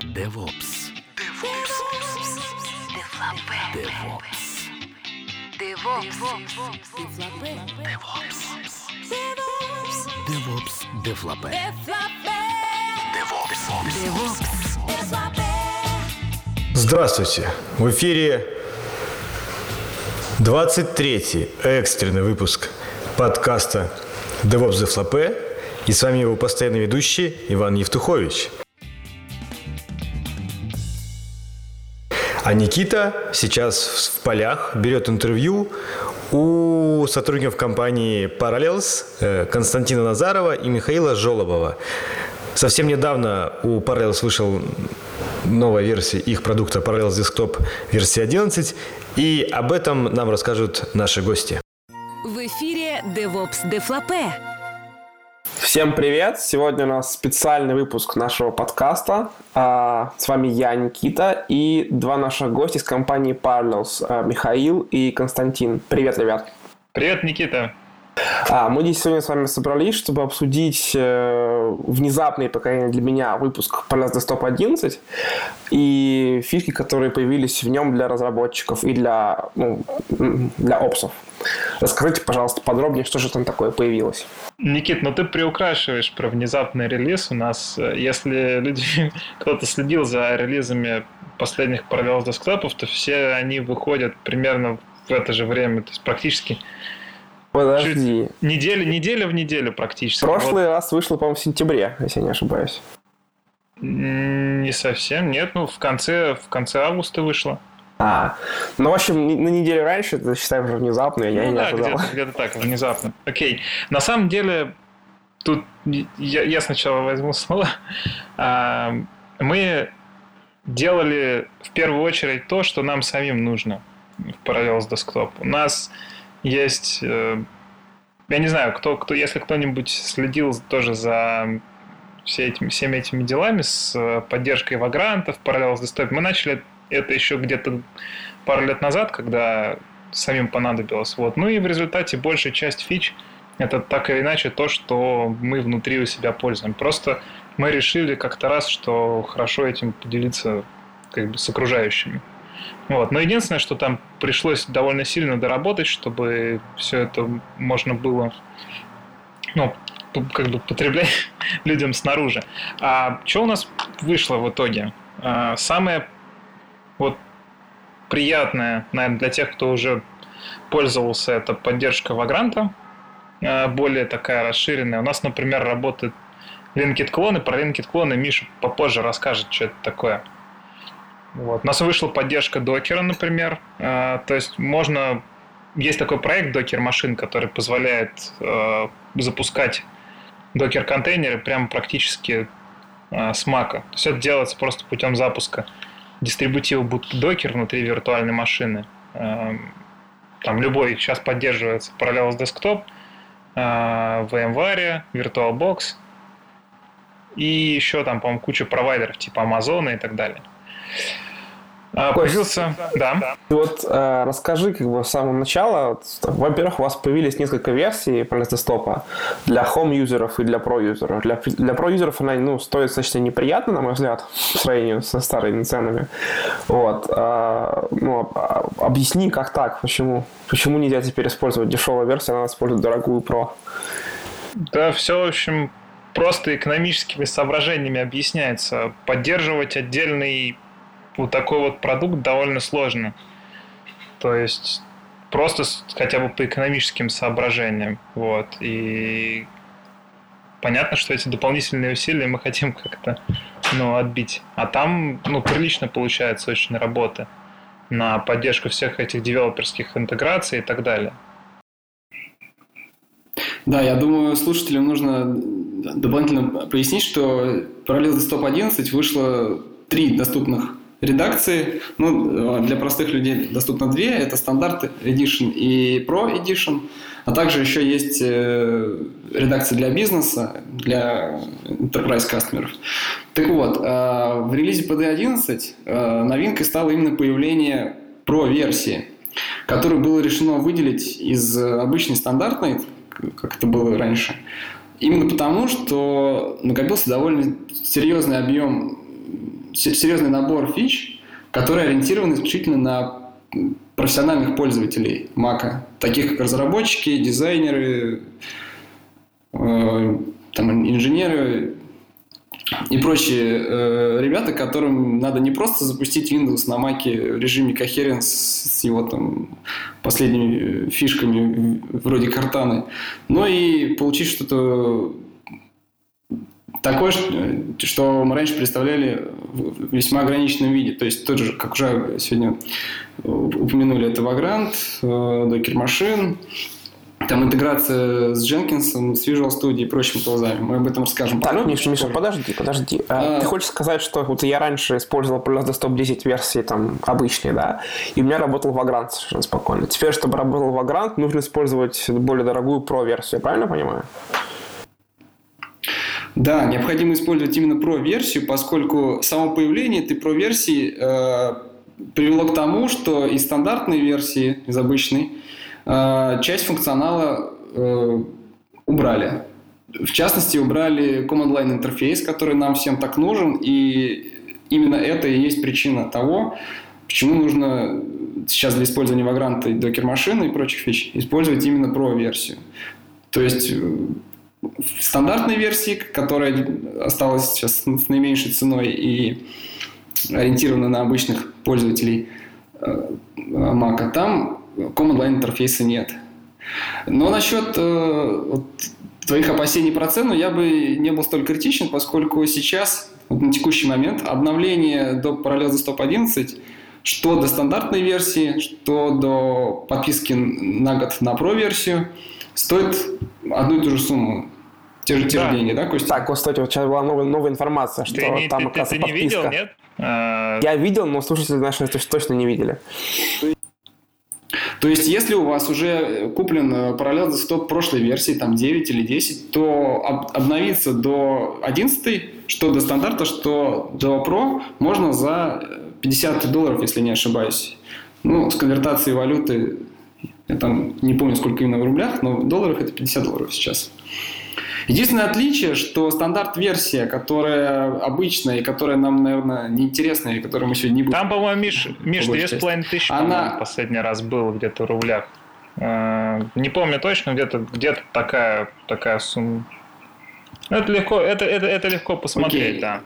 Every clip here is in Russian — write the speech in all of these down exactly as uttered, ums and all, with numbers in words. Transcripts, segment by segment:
DevOps. DevOps. DevOps. DevOps. DevOps. Девлопе. DevOps. Здравствуйте! В эфире двадцать третий экстренный выпуск подкаста DevOps Девлопе, и с вами его постоянный ведущий Иван Евтухович. А Никита сейчас в полях берет интервью у сотрудников компании Parallels Константина Назарова и Михаила Жолобова. Совсем недавно у Parallels вышел новая версия их продукта Parallels Desktop версия одиннадцать, и об этом нам расскажут наши гости. В эфире DevOps Девлопе. Всем привет! Сегодня у нас специальный выпуск нашего подкаста. С вами я, Никита, и два наших гостя из компании Parallels, Михаил и Константин. Привет, ребят! Привет, Никита! А, мы здесь сегодня с вами собрались, чтобы обсудить э, внезапный, по крайней мере для меня, выпуск Parallels Desktop одиннадцать и фишки, которые появились в нем для разработчиков и для, ну, для опсов. Расскажите, пожалуйста, подробнее, что же там такое появилось. Никит, ну ты приукрашиваешь про внезапный релиз. У нас, если люди, кто-то следил за релизами последних Parallels Desktop'ов, то все они выходят примерно в это же время, то есть практически... Подожди. Неделя, неделя в неделю практически. Прошлый вот. раз вышло, по-моему, в сентябре, если я не ошибаюсь. Не совсем, нет, ну в конце, в конце августа вышло. А, ну, в общем, на неделю раньше, это считаем уже внезапно, я ну, не да, ожидал. где-то, где-то так, внезапно. Окей. На самом деле, тут я, я сначала возьму слово. Мы делали в первую очередь то, что нам самим нужно в Parallels Desktop. У нас есть, я не знаю, кто, кто, если кто-нибудь следил тоже за все этими, всеми этими делами с поддержкой вагрантов, Parallels Desktop, мы начали это еще где-то пару лет назад, когда самим понадобилось. Вот. Ну и в результате большая часть фич — это так или иначе то, что мы внутри у себя пользуем. Просто мы решили как-то раз, что хорошо этим поделиться как бы с окружающими. Вот. Но единственное, что там пришлось довольно сильно доработать, чтобы все это можно было, ну, как бы потреблять людям снаружи. А что у нас вышло в итоге? А, самое вот приятное, наверное, для тех, кто уже пользовался, это поддержка вагранта, а, более такая расширенная. У нас, например, работает Linked-клон, и про Linked-клон Миша попозже расскажет, что это такое. Вот. У нас вышла поддержка докера, например. А, то есть можно... Есть такой проект Docker Machine, который позволяет а, запускать докер-контейнеры прямо практически а, с Mac. То есть это делается просто путем запуска дистрибутива Docker внутри виртуальной машины. А, там любой сейчас поддерживается Parallels Desktop, а, VMware, VirtualBox и еще там, по-моему, куча провайдеров типа Amazon и так далее. А, появился, да. Вот э, расскажи, как бы с самого начала. Вот, во-первых, у вас появились несколько версий Parallels Desktop для home-юзеров и для pro-юзеров. Для, для pro-юзеров она, ну, стоит достаточно неприятно, на мой взгляд, в сравнении со старыми ценами. Вот. Э, ну, объясни, как так, почему, почему нельзя теперь использовать дешевую версию, а надо использовать дорогую Pro. Да, все, в общем, просто экономическими соображениями объясняется. Поддерживать отдельный вот такой вот продукт довольно сложно. То есть просто хотя бы по экономическим соображениям. Вот. И понятно, что эти дополнительные усилия мы хотим как-то, ну, отбить. А там, ну, прилично получается очень работы на поддержку всех этих девелоперских интеграций и так далее. Да, я думаю, слушателям нужно дополнительно пояснить, что Parallels Desktop одиннадцать вышло три доступных редакции. Ну, для простых людей доступно две. Это стандарт Edition и Pro Edition. А также еще есть редакция для бизнеса, для enterprise кастомеров. Так вот, в релизе пи ди одиннадцать новинкой стало именно появление Pro-версии, которую было решено выделить из обычной стандартной, как это было раньше. Именно потому, что накопился довольно серьезный объем серьезный набор фич, которые ориентированы исключительно на профессиональных пользователей Mac, таких как разработчики, дизайнеры, э, там, инженеры и прочие э, ребята, которым надо не просто запустить Windows на Mac в режиме Coherence с его там последними фишками вроде Cortana, но и получить что-то такое, что мы раньше представляли в весьма ограниченном виде. То есть тот же, как уже сегодня упомянули, это Vagrant, Docker Machine, там интеграция с Jenkins, с Visual Studio и прочими тулзами. Мы об этом расскажем. Так, Миша, Миша, подожди, подожди. А, ты хочешь сказать, что вот я раньше использовал Parallels Desktop десять версии там обычные, да, и у меня работал Vagrant совершенно спокойно. Теперь, чтобы работал Vagrant, нужно использовать более дорогую Pro-версию, я правильно понимаю? Да, необходимо использовать именно Pro-версию, поскольку само появление этой Pro-версии э, привело к тому, что из стандартной версии, из обычной, э, часть функционала э, убрали. В частности, убрали Command Line интерфейс, который нам всем так нужен, и именно это и есть причина того, почему нужно сейчас для использования Vagrant, Docker Machine и прочих фич использовать именно Pro-версию. То есть в стандартной версии, которая осталась сейчас с наименьшей ценой и ориентирована на обычных пользователей Mac, там Command Line интерфейса нет. Но насчет э, вот, твоих опасений про цену я бы не был столь критичен, поскольку сейчас, вот на текущий момент, обновление до Parallels Desktop одиннадцать, что до стандартной версии, что до подписки на год на Pro-версию, стоит одну и ту же сумму. Те же, те да. же деньги, да, Костя? Так, вот, кстати, вот сейчас была новая, новая информация, что ты, там, ты, оказывается, ты, ты не подписка. видел, нет? Я видел, но слушатели наши точно не видели. То есть, если у вас уже куплен Parallels Desktop прошлой версии, там девять или десять, то об, обновиться до одиннадцать, что до стандарта, что до Pro, можно за пятьдесят долларов, если не ошибаюсь. Ну, с конвертацией валюты, я там не помню, сколько именно в рублях, но в долларах это пятьдесят долларов сейчас. Единственное отличие, что стандарт-версия, которая обычная и которая нам, наверное, неинтересна, и которую мы сегодня не будем... Там, по-моему, Миш, Миш две с половиной тысячи, Она... последний раз было где-то в рублях. Не помню точно, где-то, где-то такая, такая сумма. Это легко, это, это, это легко посмотреть, okay. да.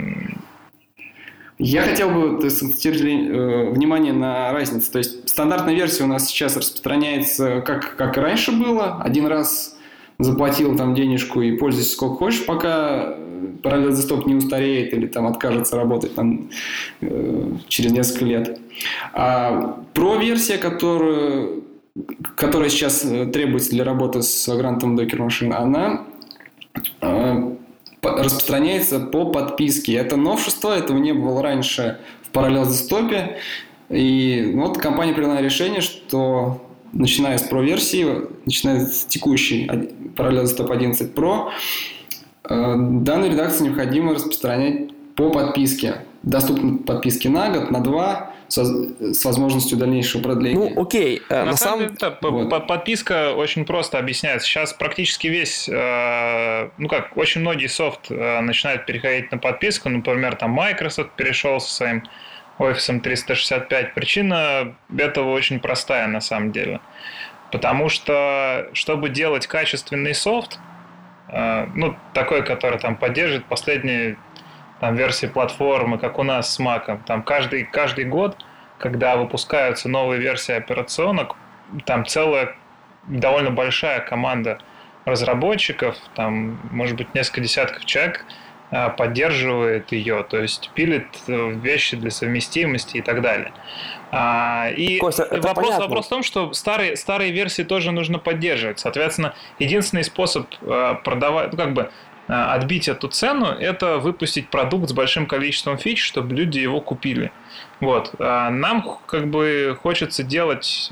Я хотел бы сакцентировать э, внимание на разницу. То есть стандартная версия у нас сейчас распространяется, как, как и раньше было. Один раз заплатил там денежку и пользуйся сколько хочешь, пока Parallels Desktop не устареет или там откажется работать там, э, через несколько лет. А Pro-версия, которую, которая сейчас требуется для работы с Vagrant Docker Machine, она э, распространяется по подписке. Это новшество, этого не было раньше в Parallels Desktop. И вот компания приняла решение, что начиная с Pro-версии, начиная с текущей Parallels Desktop одиннадцать Pro, данную редакцию необходимо распространять по подписке. Доступны подписки на год, на два, с возможностью дальнейшего продления. Ну, окей. На, на самом деле, вот. подписка очень просто объясняется. Сейчас практически весь, ну как, очень многие софт начинают переходить на подписку. Например, там Microsoft перешел со своим Office триста шестьдесят пять. Причина этого очень простая на самом деле. Потому что, чтобы делать качественный софт, ну, такой, который там поддерживает последние там, версии платформы, как у нас с Mac, там каждый, каждый год, когда выпускаются новые версии операционок, там целая довольно большая команда разработчиков, там, может быть, несколько десятков человек поддерживает ее, то есть пилит вещи для совместимости и так далее. И Костя, вопрос, вопрос в том, что старые, старые версии тоже нужно поддерживать. Соответственно, единственный способ продавать, ну, как бы отбить эту цену, это выпустить продукт с большим количеством фич, чтобы люди его купили. Вот. Нам как бы хочется делать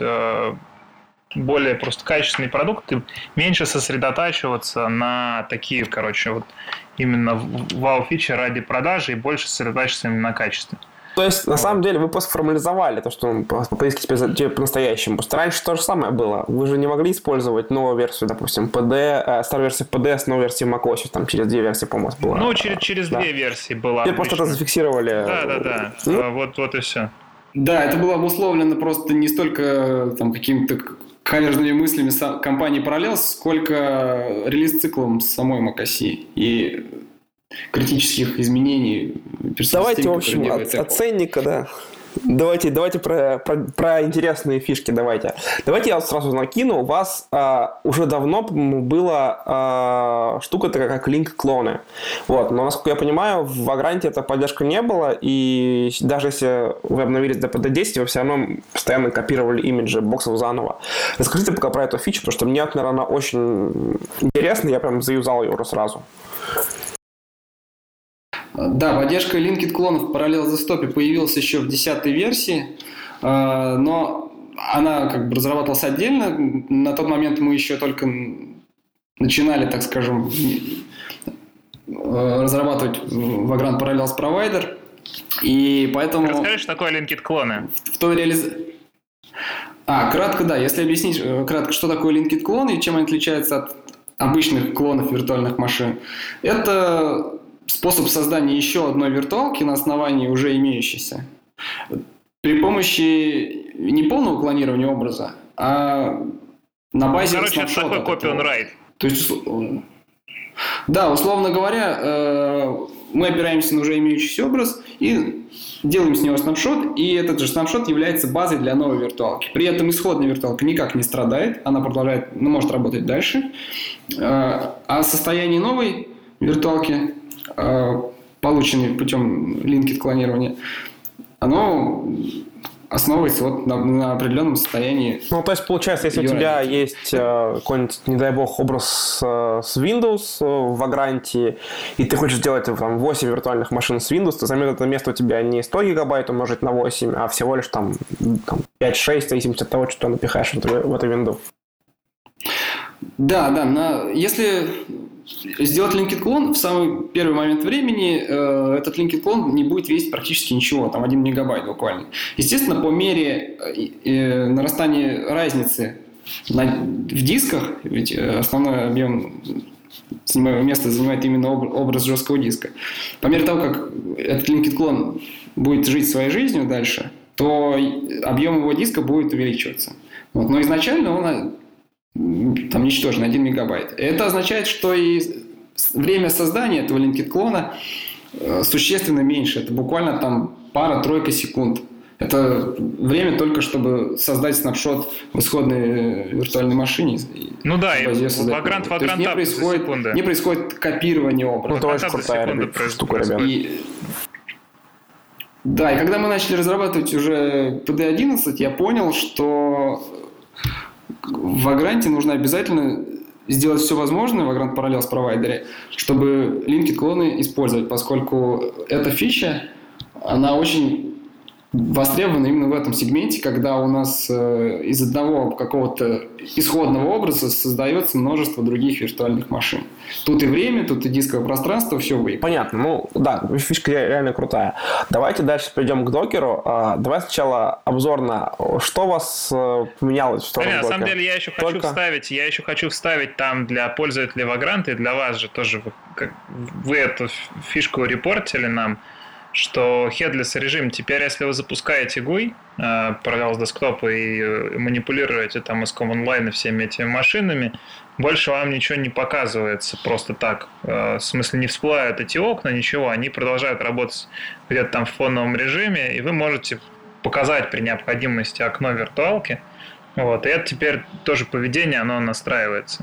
более просто качественный продукт и меньше сосредотачиваться на такие, короче, вот именно вау-фичи ради продажи и больше сосредотачиваться именно на качестве. То есть, на самом деле, вы просто формализовали то, что по-английски теперь по-настоящему. Просто раньше то же самое было. Вы же не могли использовать новую версию, допустим, пи ди, старую версию пи ди с новой версией macOS, там через две версии, по-моему, было. Ну, через, через да. две версии была. Теперь просто это зафиксировали. Да, да, да. Ну? Вот, вот и все. Да, это было обусловлено просто не столько там, какими-то каверзными мыслями компании Parallels, сколько релиз-циклом самой macOS и критических изменений. Давайте, в общем, от, от ценника, да. Давайте, давайте про, про, про интересные фишки давайте. Давайте я вот сразу накину. У вас а, уже давно была а, штука такая, как линк-клоны. Вот. Но, насколько я понимаю, в Vagrant эта поддержка не было, и даже если вы обновились до пи ди десять, вы все равно постоянно копировали имиджи боксов заново. Расскажите пока про эту фичу, потому что мне, наверное, она очень интересна, я прям заюзал ее уже сразу. Да, поддержка linked клонов в Parallels Desktop появилась еще в десятой версии, но она как бы разрабатывалась отдельно. На тот момент мы еще только начинали, так скажем, разрабатывать Vagrant Parallels Provider, и поэтому... Расскажи, что такое linked клоны? В, в той реализации... А, кратко, да. Если объяснить кратко, что такое linked клоны и чем они отличаются от обычных клонов виртуальных машин, это... способ создания еще одной виртуалки на основании уже имеющейся при помощи не полного клонирования образа, а на базе Короче, снапшота. это такой copy on write. То есть, да, условно говоря, мы опираемся на уже имеющийся образ и делаем с него снапшот, и этот же снапшот является базой для новой виртуалки. При этом исходная виртуалка никак не страдает, она продолжает, ну, может работать дальше, а состояние новой виртуалки, полученный путем linked клонирования, оно основывается вот на, на определенном состоянии. Ну, то есть, получается, если у тебя родителей. есть э, какой-нибудь, не дай бог, образ э, с Windows э, в Vagrant, и ты хочешь сделать там восемь виртуальных машин с Windows, то займет это место у тебя не сто гигабайт умножить на восемь, а всего лишь там, там пять-шесть, в зависимости от того, что ты напихаешь в эту, в эту винду. Да, да. На, если сделать linked клон, в самый первый момент времени э, этот linked клон не будет весить практически ничего, там один мегабайт буквально. Естественно, по мере э, нарастания разницы на, в дисках, ведь основной объем места занимает именно образ жесткого диска, по мере того, как этот linked клон будет жить своей жизнью дальше, то объем его диска будет увеличиваться. Вот. Но изначально он там ничтожно, один мегабайт. Это означает, что и время создания этого linked клона существенно меньше. Это буквально там пара-тройка секунд. Это время только, чтобы создать снапшот в исходной виртуальной машине. Ну да, и Vagrant, Vagrant не происходит, не происходит копирование образа. Ну, это очень крутая штука, ребят. И, да, и когда мы начали разрабатывать уже пи ди одиннадцать, я понял, что в Vagrant нужно обязательно сделать все возможное в Vagrant Parallels провайдере, чтобы linked клоны использовать, поскольку эта фича, она очень востребована именно в этом сегменте, когда у нас э, из одного какого-то исходного образа создается множество других виртуальных машин. Тут и время, тут и дисковое пространство, все выиграет. Понятно. Ну, да, фишка реально крутая. Давайте дальше перейдем к докеру. А, давай сначала обзорно. Что у вас поменялось в сторону Понятно, докера? на самом деле я еще хочу Только... вставить, я еще хочу вставить там для пользователей Vagrant и для вас же тоже, вы, как, вы эту фишку репортили нам, что headless режим, теперь если вы запускаете гуй, Parallels Desktop, и манипулируете там эс ком онлайн и всеми этими машинами, больше вам ничего не показывается просто так. В смысле, не всплывают эти окна, ничего, они продолжают работать где-то там в фоновом режиме, и вы можете показать при необходимости окно виртуалки. Вот, и это теперь тоже поведение, оно настраивается.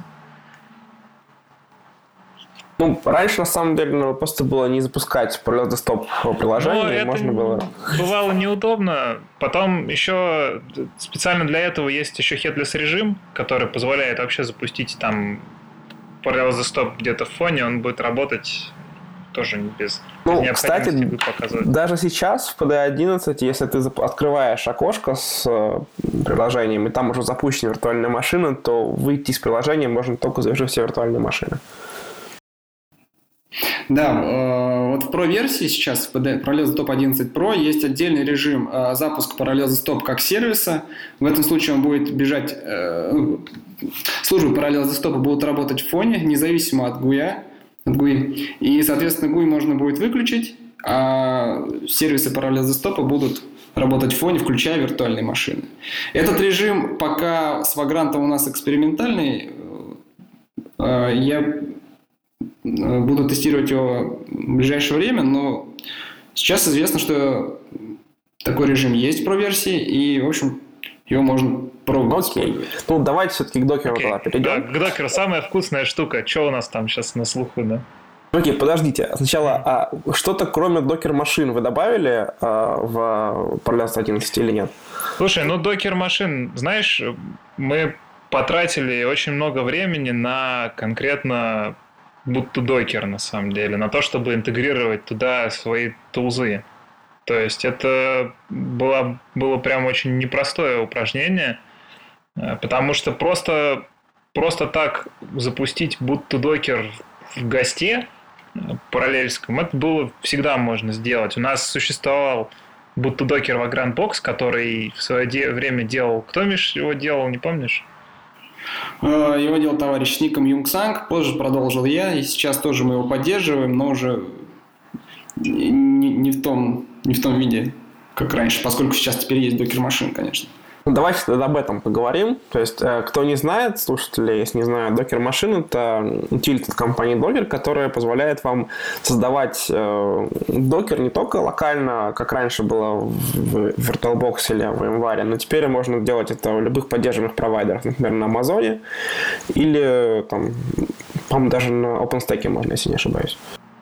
Ну, раньше, на самом деле, ну, просто было не запускать Parallels Desktop приложение, и можно было... бывало неудобно. Потом еще специально для этого есть еще headless режим, который позволяет вообще запустить там Parallels Desktop где-то в фоне, он будет работать тоже без ну, необходимости кстати, показывать. Даже сейчас в пи ди одиннадцать, если ты открываешь окошко с приложением, и там уже запущена виртуальная машина, то выйти из приложения можно только завершив все виртуальные машины. Да, вот в Pro-версии сейчас, в Parallels Desktop одиннадцать Pro, есть отдельный режим запуска Parallels Desktop как сервиса. В этом случае он будет бежать... Службы Parallels Desktop будут работать в фоне, независимо от джи ю ай. От джи ю ай. И, соответственно, джи ю ай можно будет выключить, а сервисы Parallels Desktop будут работать в фоне, включая виртуальные машины. Этот режим пока с Vagrant у нас экспериментальный. Я буду тестировать его в ближайшее время, но сейчас известно, что такой режим есть в Pro-версии, и, в общем, его можно пробовать. Окей. Ну, давайте все-таки к докеру тогда перейдем. Да, к докеру самая вкусная штука. Что у нас там сейчас на слуху, да? Окей, подождите. Сначала, а что-то кроме докер-машин вы добавили а, в Parallels одиннадцать или нет? Слушай, ну докер-машин, знаешь, мы потратили очень много времени на конкретно будто докер, на самом деле, на то, чтобы интегрировать туда свои тулзы. То есть это было, было прям очень непростое упражнение, потому что просто, просто так запустить будто докер в госте параллельском, это было всегда можно сделать. У нас существовал будто докер Vagrant Box, который в свое де- время делал... Кто, Миш, его делал, не помнишь? Его делал товарищ с ником Юнгсанг, позже продолжил я, и сейчас тоже мы его поддерживаем, но уже не, не, в, том, не в том виде, как раньше, поскольку сейчас теперь есть докер-машин, конечно. Ну, давайте тогда об этом поговорим. То есть, кто не знает, слушатели, если не знают, Docker Machine — это утилита от компании Docker, которая позволяет вам создавать э, Docker не только локально, как раньше было в VirtualBox или в VMware, но теперь можно делать это в любых поддерживаемых провайдерах, например, на Амазоне или, там, по-моему, даже на OpenStack можно, если не ошибаюсь.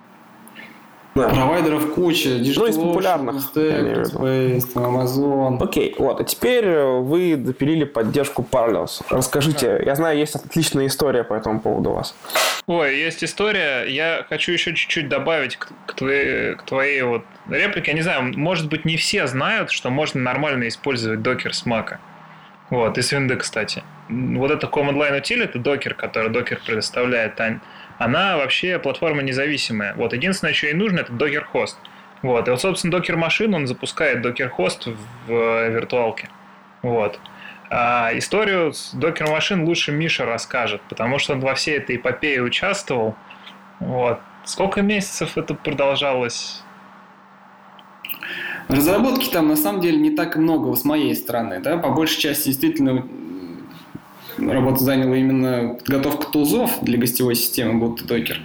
Да. Провайдеров куча. DigitalOcean, ну, из популярных. Space, Amazon. Окей, вот. А теперь вы допилили поддержку Parallels. Расскажите, я знаю, есть отличная история по этому поводу у вас. Ой, есть история. Я хочу еще чуть-чуть добавить к, к, твоей, к твоей вот реплике. Я не знаю, может быть, не все знают, что можно нормально использовать докер с Mac. Вот, и с Windows, кстати. Вот это Command Line Utility, докер, который докер предоставляет, она вообще платформа независимая. Вот, единственное, что ей нужно, это докер-хост. Вот, и вот, собственно, докер-машин, он запускает докер-хост в виртуалке. Вот. А историю с докер-машин лучше Миша расскажет, потому что он во всей этой эпопее участвовал. Вот. Сколько месяцев это продолжалось? Разработки там на самом деле не так много с моей стороны, да, по большей части действительно работа заняла именно подготовка тулзов для гостевой системы будто докер.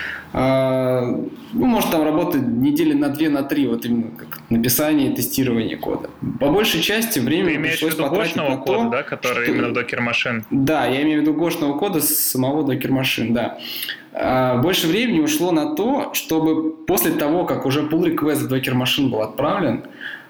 А, ну, может там работать недели на две, на три, вот именно как написание и тестирование кода. По большей части времени пришлось потратить на кода, то, да, который что... именно докер-машин. Да, я имею в виду гошного кода с самого докер-машин, да. А, больше времени ушло на то, чтобы после того, как уже pull request в докер-машин был отправлен,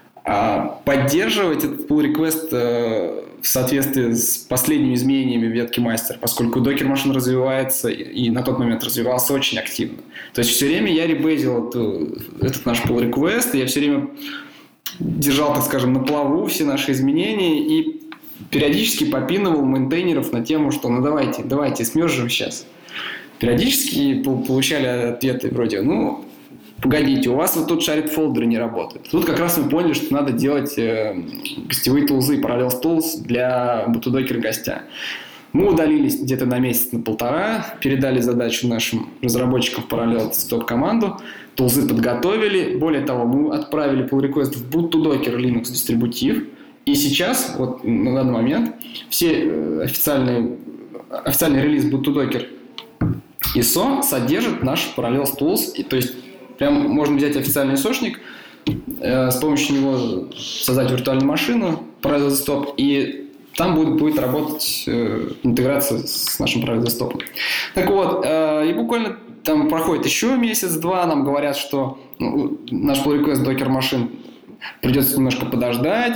а, поддерживать этот pull request а, в соответствии с последними изменениями в ветке мастер, поскольку докер-машин развивается и, и на тот момент развивался очень активно. То есть все время я ребейзил эту, этот наш pull request, я все время держал, так скажем, на плаву все наши изменения и периодически попинывал мейнтейнеров на тему, что ну давайте, давайте смержим сейчас. Периодически получали ответы вроде, ну, погодите, у вас вот тут шарит фолдеры не работают. Тут как раз мы поняли, что надо делать э, гостевые тулзы, Parallels Tools для Bootdocker гостя. Мы удалились где-то на месяц, на полтора, передали задачу нашим разработчикам в Parallels Desktop команду, тулзы подготовили. Более того, мы отправили pull request в Bootdocker Linux дистрибутив. И сейчас, вот на данный момент, все официальные, официальный релиз Bootdocker ай эс о содержит наш Parallels Tools. И, то есть, прям можно взять официальный исошник, э, с помощью него создать виртуальную машину Parallels Desktop, и там будет, будет работать э, интеграция с нашим Parallels Desktop. Так вот, э, и буквально там проходит еще месяц-два, нам говорят, что ну, наш pull request Docker машин придется немножко подождать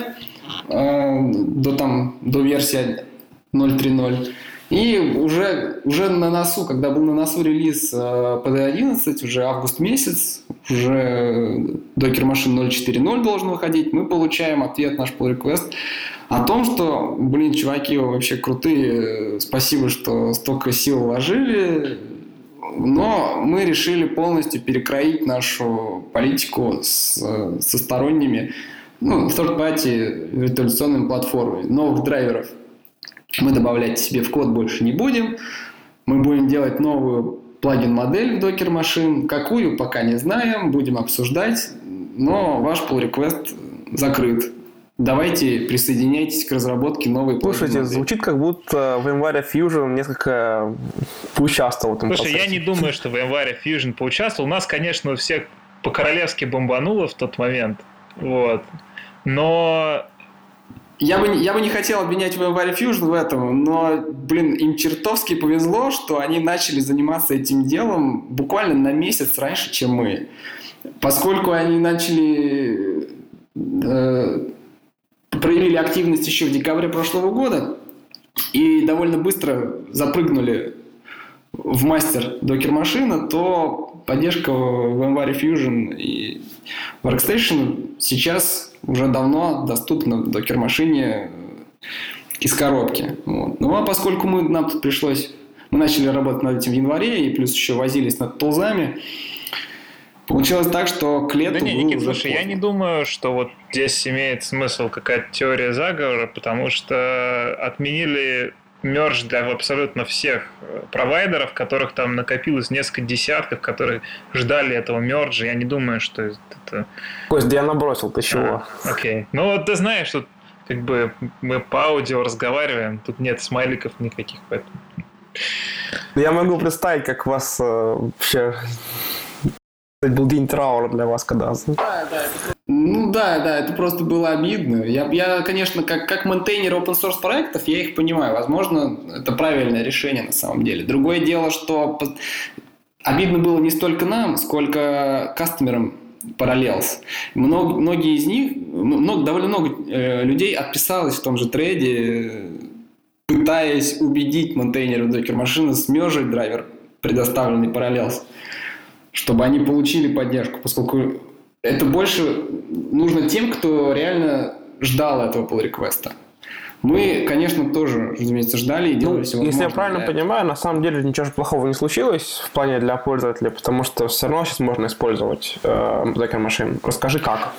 э, до, там, до версии ноль три ноль. И уже, уже на носу, когда был на носу релиз э, пи ди одиннадцать, уже август месяц, уже Docker Machine ноль четыре ноль должен выходить, мы получаем ответ наш pull request о том, что, блин, чуваки, вы вообще крутые, спасибо, что столько сил вложили, Но мы решили полностью перекроить нашу политику с, со сторонними, ну, third-party виртуализационными платформами. Новых драйверов мы добавлять себе в код больше не будем. Мы будем делать новую плагин-модель в Docker Machine. Какую, пока не знаем, будем обсуждать. Но ваш pull request закрыт. Давайте присоединяйтесь к разработке новой плагин-модели. Слушайте, звучит как будто VMware Fusion несколько поучаствовал в этом Слушай, процессе. я не думаю, что VMware Fusion поучаствовал. У нас, конечно, у всех по-королевски бомбануло в тот момент. Вот. Но... Я бы, я бы не хотел обвинять VMware Fusion в этом, но, блин, им чертовски повезло, что они начали заниматься этим делом буквально на месяц раньше, чем мы. Поскольку они начали... Э, проявили активность еще в декабре прошлого года и довольно быстро запрыгнули в мастер Docker Machine, то поддержка VMware Fusion и Workstation сейчас уже давно доступна в Docker Machine из коробки. Вот. Ну а поскольку мы, нам тут пришлось, мы начали работать над этим в январе и плюс еще возились над тулзами, получилось так, что к лету Да не, было Никит, уже слушай, я поздно. не думаю, что вот здесь имеет смысл какая-то теория заговора, потому что отменили мердж для абсолютно всех провайдеров, которых там накопилось несколько десятков, которые ждали этого мерджа. Я не думаю, что это... Кость, да я набросил, ты чего? А, окей. Ну вот ты знаешь, тут как бы мы по аудио разговариваем, тут нет смайликов никаких, поэтому... Я могу представить, как у вас э, вообще... Это был день траура для вас, когда... Ну да, да, это просто было обидно. Я, я конечно, как, как мейнтейнер open source проектов, я их понимаю. Возможно, это правильное решение на самом деле. Другое дело, что обидно было не столько нам, сколько кастомерам Parallels. Много, многие из них, много, довольно много э, людей отписалось в том же трейде, пытаясь убедить мейнтейнеров Docker Machine смержить драйвер, предоставленный Parallels, чтобы они получили поддержку, поскольку это больше нужно тем, кто реально ждал этого pull-реквеста. Мы, конечно, тоже, разумеется, ждали и делали Ну, все если я возможное правильно для этого. понимаю, на самом деле ничего же плохого не случилось в плане для пользователя, потому что все равно сейчас можно использовать э, Docker Machine. Расскажи, как.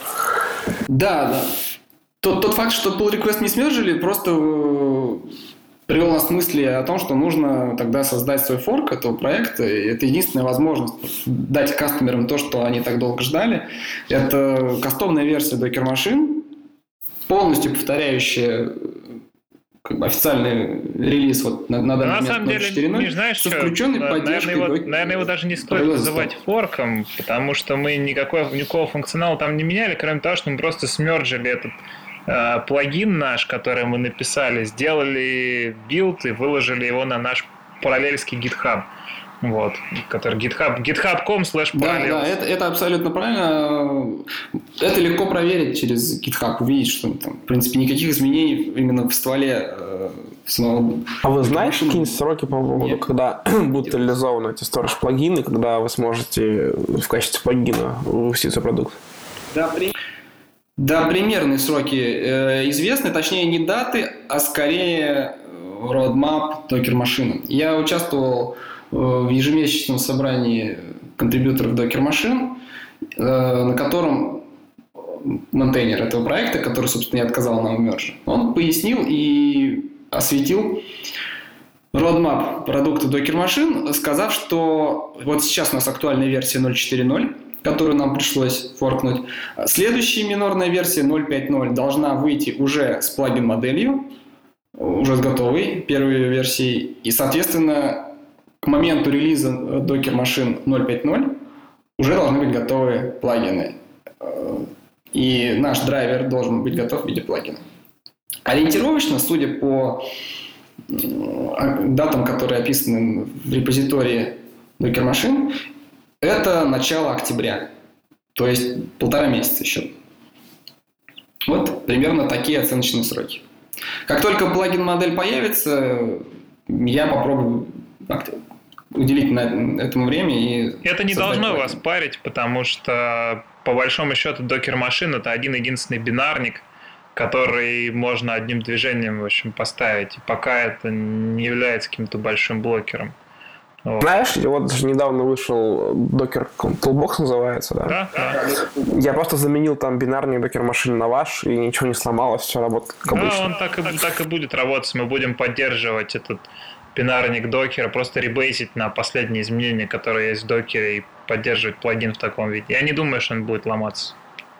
Да, да. Тот, тот факт, что pull request не смержили, просто э, привел нас к мысли о том, что нужно тогда создать свой форк этого проекта. И это единственная возможность дать кастомерам то, что они так долго ждали. Это кастомная версия Docker Machine, полностью повторяющая как бы официальный релиз вот на, на данный На момент самом ноль деле, четыре ноль, не знаешь, со что, включенной наверное, поддержкой его, Docker- наверное, его даже не стоит Parallels называть Desktop. форком, потому что мы никакой, никакого функционала там не меняли, кроме того, что мы просто смерджили этот э, плагин наш, который мы написали, сделали билд и выложили его на наш параллельский GitHub. Вот, который GitHub, github точка com slash Да, parallels. да, это, это абсолютно правильно. Это легко проверить через GitHub, увидеть, что там, в принципе, никаких изменений именно в стволе э, самого... А вы знаете Docker Machine. какие-нибудь сроки по поводу, Нет. когда будут реализованы эти storage плагины, когда вы сможете в качестве плагина выпустить свой продукт? Да, при... да, примерные сроки э, известны, точнее не даты, а скорее roadmap Docker Machine. Я участвовал в ежемесячном собрании контрибьюторов Docker Machine, на котором мейнтейнер этого проекта, который, собственно, и отказал нам в мерже, он пояснил и осветил roadmap продукта Docker Machine, сказав, что вот сейчас у нас актуальная версия ноль четыре ноль, которую нам пришлось форкнуть. Следующая минорная версия ноль пять ноль должна выйти уже с плагин-моделью, уже с готовой первой версией, и, соответственно, к моменту релиза Docker Machine ноль пять ноль уже должны быть готовы плагины. И наш драйвер должен быть готов в виде плагина. Ориентировочно, судя по датам, которые описаны в репозитории Docker Machine, это начало октября. То есть полтора месяца еще. Вот примерно такие оценочные сроки. Как только плагин-модель появится, я попробую уделить на этому время. И это не должно вас парить, потому что по большому счету Docker Machine это один единственный бинарник, который можно одним движением, в общем, поставить. И пока это не является каким-то большим блокером. Вот. Знаешь, вот даже недавно вышел Docker Toolbox называется, да? Да, да. Я просто заменил там бинарные докер-машины на ваш, и ничего не сломалось, все работает как Да, обычно. он так и, так и будет работать. Мы будем поддерживать этот бинарник докера, просто ребейсить на последние изменения, которые есть в докере, и поддерживать плагин в таком виде. Я не думаю, что он будет ломаться.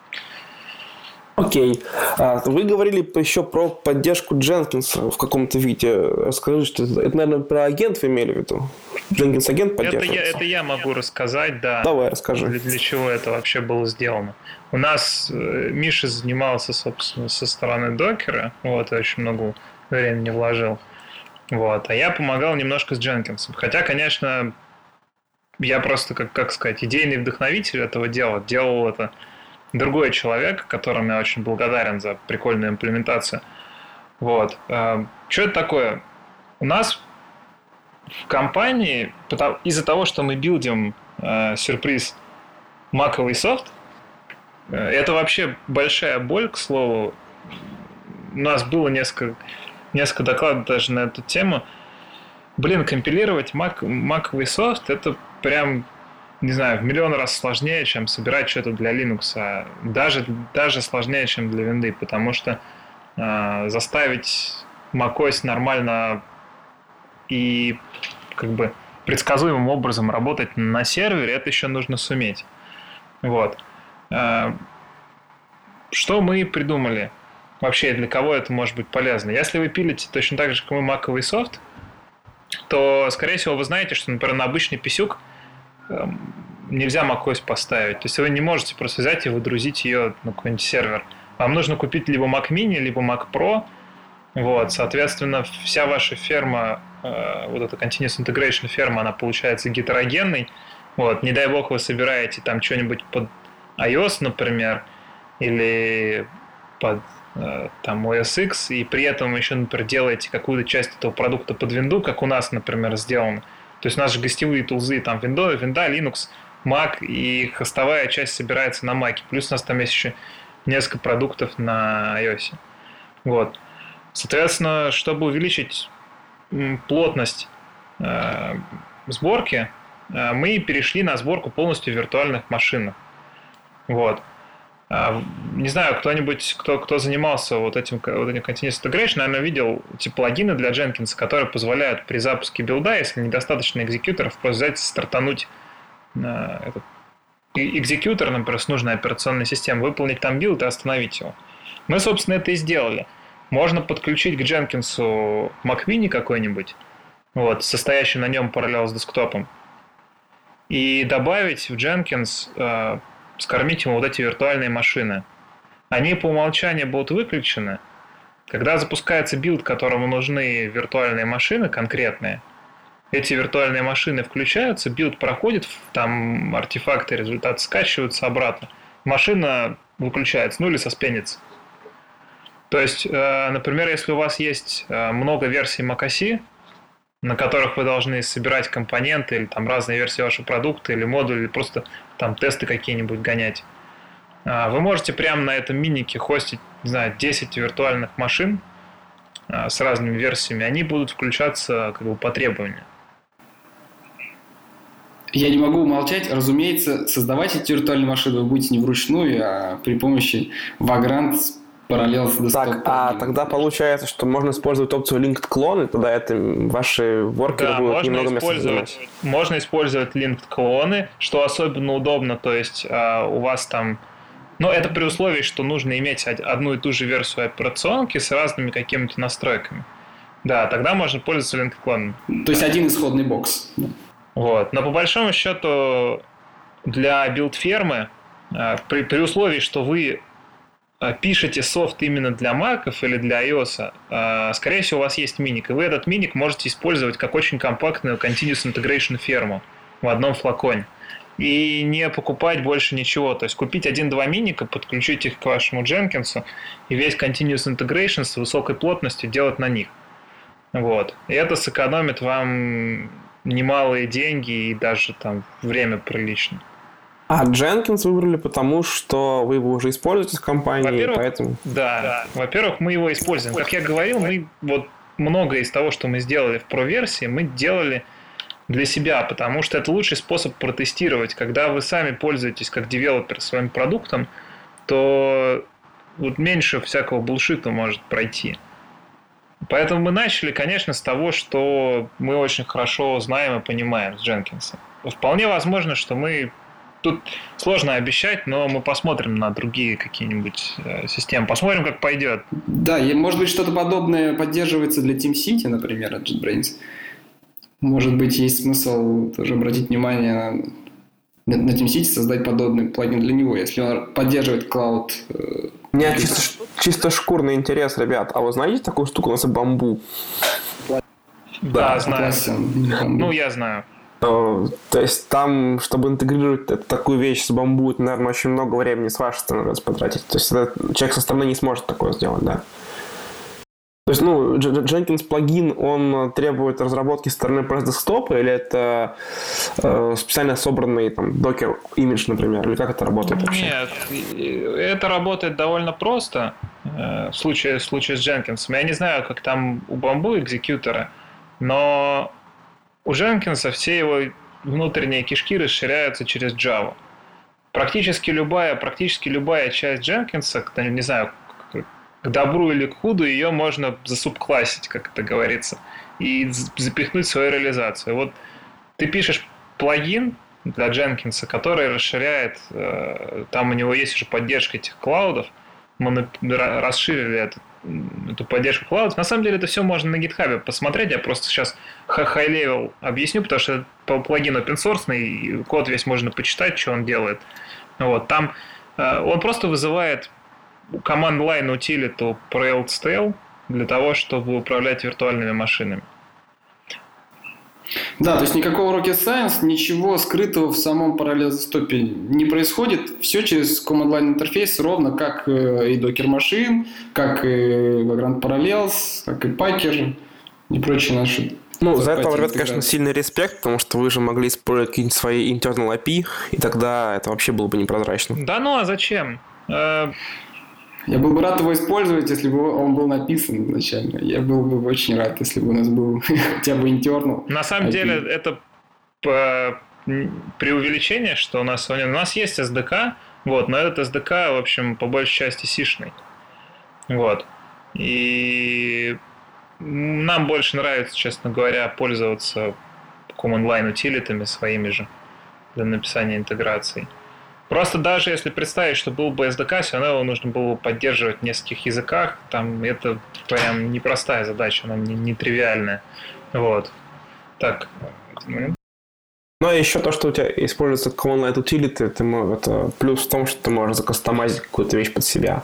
Окей. А, вы говорили еще про поддержку Jenkins в каком-то виде. Расскажи, что это, это, наверное, про агент вы имели в виду? Jenkins агент Это поддерживается? я, это я могу рассказать, да. Давай, расскажи. Для, для чего это вообще было сделано. У нас э, Миша занимался, собственно, со стороны докера, вот, и очень много времени вложил. Вот, а я помогал немножко с Jenkins. Хотя, конечно, я просто, как, как сказать, идейный вдохновитель этого дела. Делал это другой человек, которому я очень благодарен за прикольную имплементацию. Вот. Что это такое? У нас в компании, из-за того, что мы билдим э, сюрприз маковый софт, э, это вообще большая боль, к слову. У нас было несколько, несколько докладов даже на эту тему. Блин, компилировать мак, маковый софт, это прям, не знаю, в миллион раз сложнее, чем собирать что-то для Linux. Даже, даже сложнее, чем для винды, потому что э, заставить macOS нормально и как бы предсказуемым образом работать на сервере, это еще нужно суметь. Вот. Э, что мы придумали? Вообще, для кого это может быть полезно? Если вы пилите точно так же, как мы, маковый софт, то, скорее всего, вы знаете, что, например, на обычный писюк нельзя macOS поставить. То есть вы не можете просто взять и выдрузить ее на какой-нибудь сервер. Вам нужно купить либо Mac Mini, либо Mac Pro. Вот, соответственно, вся ваша ферма, вот эта Continuous Integration ферма, она получается гетерогенной. Вот, не дай бог вы собираете там что-нибудь под iOS, например, или под там о эс икс, и при этом еще, например, делаете какую-то часть этого продукта под винду, как у нас, например, сделано. То есть у нас же гостевые тулзы, там винда, винда, Linux, Mac, и хостовая часть собирается на Mac. Плюс у нас там есть еще несколько продуктов на iOS. Вот. Соответственно, чтобы увеличить плотность э, сборки, э, мы перешли на сборку полностью виртуальных машин. Вот. Э, не знаю, кто-нибудь, кто, кто занимался вот этим, вот этим Continuous Integration, наверное, видел эти плагины для Jenkins, которые позволяют при запуске билда, если недостаточно экзекьюторов, просто взять и стартануть э, этот экзекьютор, например, с нужной операционной системой, выполнить там билд и остановить его. Мы, собственно, это и сделали. Можно подключить к Jenkins Mac Mini какой-нибудь, вот, состоящий на нем параллел с десктопом, и добавить в Jenkins, э, скормить ему вот эти виртуальные машины. Они по умолчанию будут выключены. Когда запускается билд, которому нужны виртуальные машины конкретные, эти виртуальные машины включаются, билд проходит, там артефакты, результаты скачиваются обратно. Машина выключается, ну или соспенится. То есть, например, если у вас есть много версий macOS, на которых вы должны собирать компоненты или там разные версии вашего продукта или модуля, или просто там тесты какие-нибудь гонять, вы можете прямо на этом минике хостить, не знаю, десять виртуальных машин с разными версиями, они будут включаться как бы по требованию. Я не могу умолчать. Разумеется, создавать эти виртуальные машины вы будете не вручную, а при помощи Vagrant параллел с десктопом. Так, а тогда получается, что можно использовать опцию Linked Clone, и тогда это ваши воркеры да, будут немного места занимать. Можно использовать Linked клоны, что особенно удобно, то есть а, у вас там... Но это при условии, что нужно иметь одну и ту же версию операционки с разными какими-то настройками. Да, тогда можно пользоваться Linked клоном. То есть один исходный бокс. Вот. Но по большому счету для билд-фермы, при, при условии, что вы пишете софт именно для маков или для iOS, скорее всего, у вас есть миник, и вы этот миник можете использовать как очень компактную Continuous Integration ферму в одном флаконе. И не покупать больше ничего. То есть купить один-два миника, подключить их к вашему Jenkins и весь Continuous Integration с высокой плотностью делать на них. Вот. И это сэкономит вам немалые деньги и даже там время прилично. А Jenkins выбрали потому, что вы его уже используете в компании, во-первых, поэтому... Да, да. Во-первых, мы его используем. Как я говорил, мы вот многое из того, что мы сделали в Pro-версии, мы делали для себя, потому что это лучший способ протестировать. Когда вы сами пользуетесь как девелопер своим продуктом, то вот меньше всякого булшита может пройти. Поэтому мы начали, конечно, с того, что мы очень хорошо знаем и понимаем с Дженкинсом. Вполне возможно, что мы... Тут сложно обещать, но мы посмотрим на другие какие-нибудь системы. Посмотрим, как пойдет. Да, и может быть что-то подобное поддерживается для TeamCity, например, от JetBrains. Может быть, есть смысл тоже обратить внимание на, на TeamCity, создать подобный плагин для него, если он поддерживает Cloud. У меня чисто, чисто шкурный интерес, ребят. А вы знаете такую штуку, у нас Bamboo? Да, Да, знаю. Atlassian. Ну, я знаю. То есть там, чтобы интегрировать такую вещь с Bamboo, это, наверное, очень много времени с вашей стороны потратить. То есть этот человек со стороны не сможет такое сделать, да. То есть, ну, Jenkins плагин, он требует разработки со стороны пресс-десктопа, или это э, специально собранный там Docker имидж, например, или как это работает вообще? Нет, это работает довольно просто э, в случае, в случае с Jenkins. Я не знаю, как там у Bamboo экзекьютора, но у Jenkins все его внутренние кишки расширяются через Java. Практически любая, практически любая часть Jenkins, не знаю, к добру или к худу, ее можно засубклассить, как это говорится, и запихнуть в свою реализацию. Вот ты пишешь плагин для Jenkins, который расширяет, там у него есть уже поддержка этих клаудов, мы расширили эту, эту поддержку клаудов. На самом деле это все можно на GitHub посмотреть, я просто сейчас high-level объясню, потому что плагин open-source, код весь можно почитать, что он делает. Вот, там он просто вызывает command-line утилиту ParallelsTale для того, чтобы управлять виртуальными машинами. Да, то есть никакого rocket science, ничего скрытого в самом параллель-десктопе не происходит. Все через command-line интерфейс, ровно как и Docker машин, как и Vagrant Parallels, как и Packer и прочие наши. Ну, за это, ребят, конечно, сильный респект, потому что вы же могли использовать какие-нибудь свои internal эй пи, и тогда это вообще было бы непрозрачно. Да ну, а зачем? Я был бы рад его использовать, если бы он был написан изначально. Я был бы очень рад, если бы у нас был хотя бы internal. На самом эй пи. Деле это преувеличение, что у нас у нас есть эс ди кей, вот, но этот эс ди кей, в общем, по большей части сишный. Вот. И нам больше нравится, честно говоря, пользоваться command-line утилитами своими же для написания интеграций. Просто даже если представить, что был бы эс ди кей, все равно его нужно было поддерживать в нескольких языках. Там это прям непростая задача, она не, не тривиальная. Вот. Так. Ну, и еще то, что у тебя используется command-line utility, это, это плюс в том, что ты можешь закастомизить какую-то вещь под себя.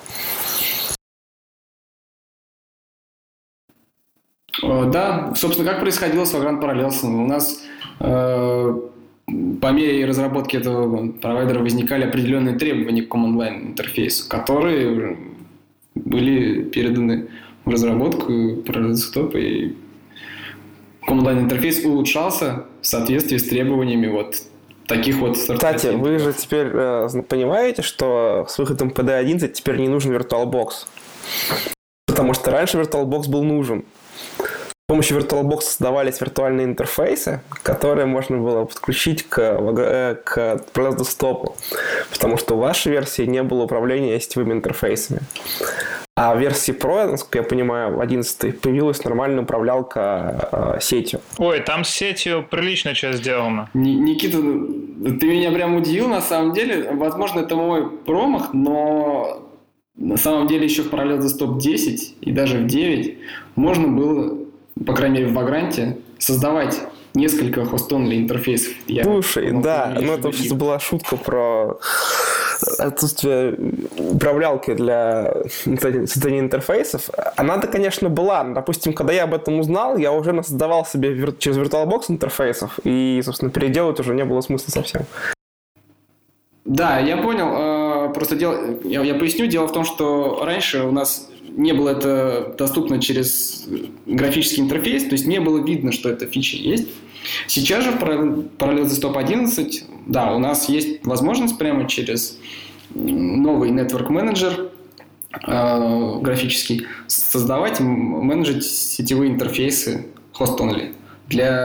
Да, собственно, как происходило с Vagrant Parallels. У нас э, по мере разработки этого провайдера возникали определенные требования к command-line интерфейсу, которые были переданы в разработку Parallels Desktop, и command-line интерфейс улучшался в соответствии с требованиями вот таких вот... Кстати, вы же теперь э, понимаете, что с выходом пи ди одиннадцать теперь не нужен VirtualBox. Потому что раньше VirtualBox был нужен. С помощью VirtualBox создавались виртуальные интерфейсы, которые можно было подключить к, к Parallels Desktop, потому что в вашей версии не было управления сетевыми интерфейсами. А в версии Pro, насколько я понимаю, в одиннадцатой появилась нормальная управлялка э, сетью. Ой, там с сетью прилично что сделано. Никита, ты меня прям удивил на самом деле. Возможно, это мой промах, но на самом деле еще в Parallels Desktop десять и даже в девять можно было, по крайней мере в Vagrant, создавать несколько host-only интерфейсов. Я Слушай, думал, да, ну это вообще была шутка про отсутствие управлялки для создания интерфейсов. Она-то, конечно, была. Но, допустим, когда я об этом узнал, я уже создавал себе через VirtualBox интерфейсов, и, собственно, переделать уже не было смысла совсем. Да, я понял. Просто дело, я, я поясню. Дело в том, что раньше у нас не было это доступно через графический интерфейс, то есть не было видно, что эта фича есть. Сейчас же в Parallels Desktop одиннадцать, да, у нас есть возможность прямо через новый Network Manager э, графический создавать, менеджить сетевые интерфейсы host-only для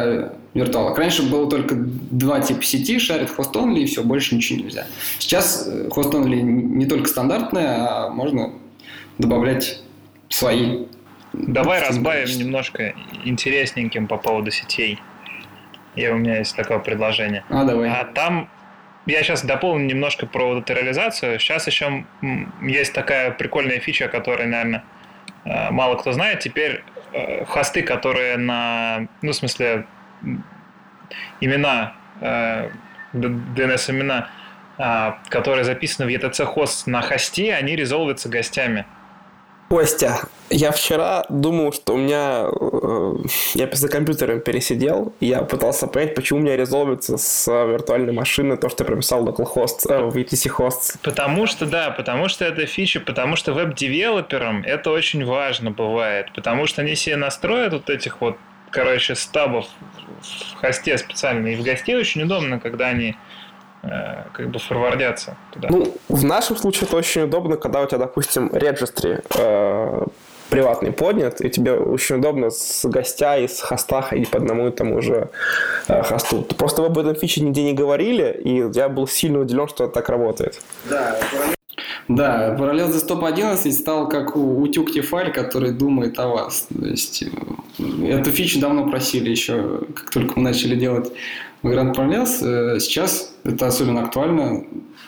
виртуалок. Раньше было только два типа сети, шарит хост-онли, и все, больше ничего нельзя. Сейчас хост-онли не только стандартная, а можно добавлять свои. Давай разбавим немножко интересненьким по поводу сетей. И у меня есть такое предложение. А, давай. А там я сейчас дополню немножко про вот эту реализацию. Сейчас еще есть такая прикольная фича, которая, наверное, мало кто знает. Теперь хосты, которые на... Ну, в смысле, имена, ди эн эс-имена, которые записаны в и ти си-хост на хосте, они резолвятся гостями. Костя, я вчера думал, что у меня... Э, я за компьютером пересидел, и я пытался понять, почему у меня резолвится с виртуальной машины то, что я прописал localhost, э, в и ти си-хост. Потому что, да, потому что это фича, потому что веб-девелоперам это очень важно бывает, потому что они себе настроят вот этих вот, короче, стабов в хосте специально, и в госте очень удобно, когда они как бы форвардятся туда. Ну, в нашем случае это очень удобно, когда у тебя, допустим, регистри э, приватный поднят, и тебе очень удобно с гостя и с хоста ходить по одному и тому же э, хосту. Просто вы об этом фиче нигде не говорили, и я был сильно удивлен, что это так работает. Да, да, Parallels Desktop одиннадцать стал как утюг Тефаль, который думает о вас. То есть эту фичу давно просили еще, как только мы начали делать Grand Parallels. Сейчас это особенно актуально.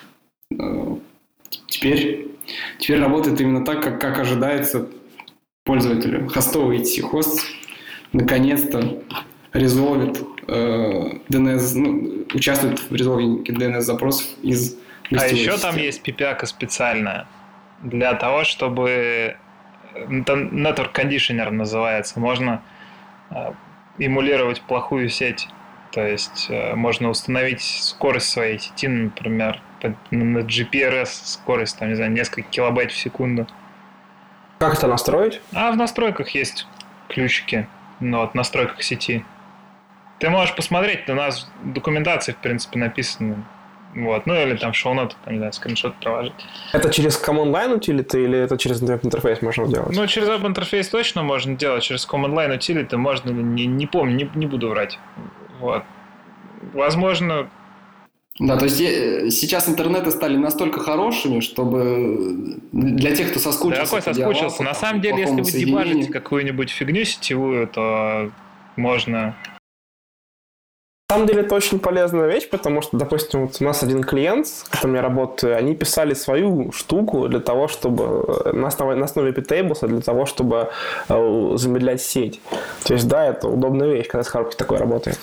Теперь, теперь работает именно так, как, как ожидается пользователю. Хостовый и ти си-хост наконец-то резолвит э, ди эн эс, ну, участвует в резолвинге ди эн эс-запросов из А еще там есть пипяка специальная для того, чтобы... Это Network Conditioner называется. Можно э, эмулировать плохую сеть. То есть э, можно установить скорость своей сети, например, на джи пи ар эс скорость, там, не знаю, несколько килобайт в секунду. Как это настроить? А в настройках есть ключики. Ну, вот, в настройках сети. Ты можешь посмотреть, у нас в документации, в принципе, написано. Вот. Ну, или там шоу-ноты, не знаю, скриншот приложить. Это через Command Line утилиты или это через интерфейс можно делать? Ну, через веб-интерфейс точно можно делать, через Command Line утилиты можно, не, не помню, не, не буду врать. Вот. Возможно... Да, то есть сейчас интернеты стали настолько хорошими, чтобы для тех, кто соскучился... Да, какой соскучился? На самом деле, если вы дебажите какую-нибудь фигню сетевую, то можно... На самом деле это очень полезная вещь, потому что, допустим, вот у нас один клиент, с которым я работаю, они писали свою штуку для того, чтобы на основе, на основе ptables, для того, чтобы э, замедлять сеть. То есть, да, это удобная вещь, когда с коробкой такое работает.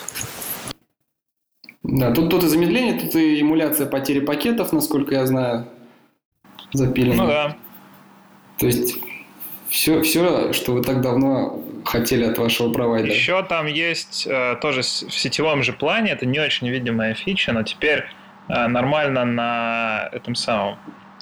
Да, тут, тут и замедление, тут и эмуляция потери пакетов, насколько я знаю, запилена. Ну да. То есть все, все, что вы так давно хотели от вашего провайдера. Еще там есть э, тоже в сетевом же плане, это не очень видимая фича, но теперь э, нормально на этом самом...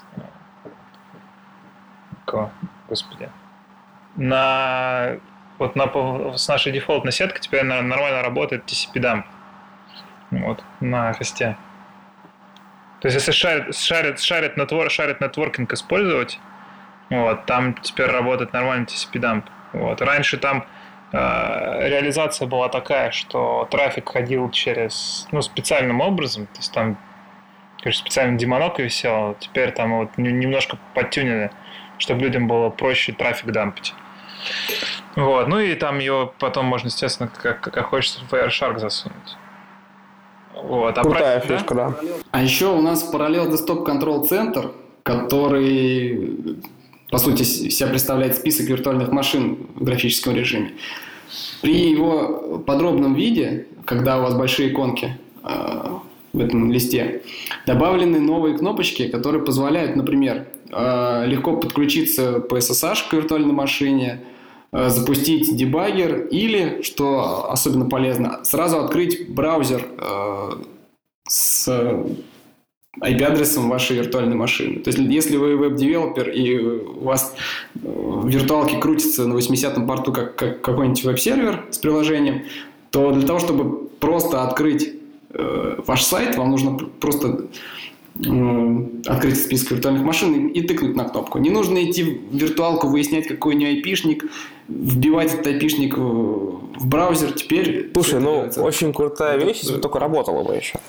Кого? Господи. На... Вот на, с нашей дефолтной сеткой теперь нормально работает ти си пи-дамп. Вот, на хосте. То есть, если шарит, шарит, шарит, нетвор, шарит нетворкинг использовать, вот, там теперь работает нормально ти си пи-дамп. Вот. Раньше там э, реализация была такая, что трафик ходил через, ну, специальным образом, то есть там, конечно, специально демонок висел, теперь там вот немножко подтюнили, чтобы людям было проще трафик дампить. Вот. Ну и там его потом можно, естественно, как, как хочется в Wireshark засунуть. Вот. А крутая про... фишка, да? да. А еще у нас Parallels Desktop Control Center, который, по сути, себя представляет список виртуальных машин в графическом режиме. При его подробном виде, когда у вас большие иконки э, в этом листе, добавлены новые кнопочки, которые позволяют, например, э, легко подключиться по эс эс эйч к виртуальной машине, э, запустить дебаггер или, что особенно полезно, сразу открыть браузер э, с ай пи-адресом вашей виртуальной машины. То есть, если вы веб-девелопер и у вас в виртуалке крутится на восьмидесятом порту как, как какой-нибудь веб-сервер с приложением, то для того, чтобы просто открыть э, ваш сайт, вам нужно просто э, открыть список виртуальных машин и, и тыкнуть на кнопку. Не нужно идти в виртуалку, выяснять, какой у нее айпишник, вбивать этот айпишник в, в браузер теперь... Слушай, ну, делается. Очень крутая вещь, если бы только работала бы еще.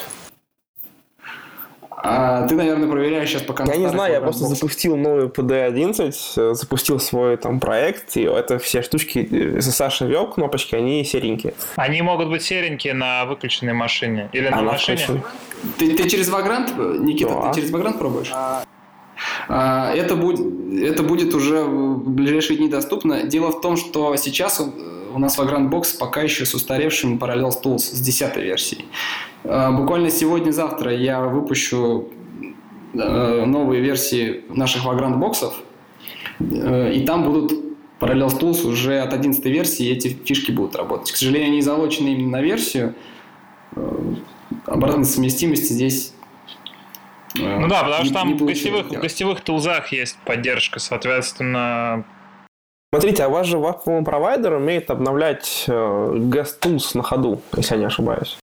А ты, наверное, проверяешь сейчас пока... Я не знаю, я просто запустил новый пи ди одиннадцать, запустил свой там проект, и это все штучки эс эс эйч ввел, кнопочки, они серенькие. Они могут быть серенькие на выключенной машине или на а машине? Ты, ты через Vagrant, Никита, да. ты через Vagrant пробуешь? А, это, будет, это будет уже в ближайшие дни доступно. Дело в том, что сейчас у нас Vagrant Box пока еще с устаревшим Parallels Tools с десятой версией. Буквально сегодня-завтра я выпущу новые версии наших Vagrant боксов, и там будут Parallels Tools уже от одиннадцатой версии, и эти фишки будут работать. К сожалению, они залочены именно на версию. Обратной совместимости здесь ну да, потому не, что там в гостевых, в гостевых тулзах есть поддержка, соответственно... Смотрите, а ваш же по-моему, провайдер умеет обновлять Guest Tools на ходу, если я не ошибаюсь.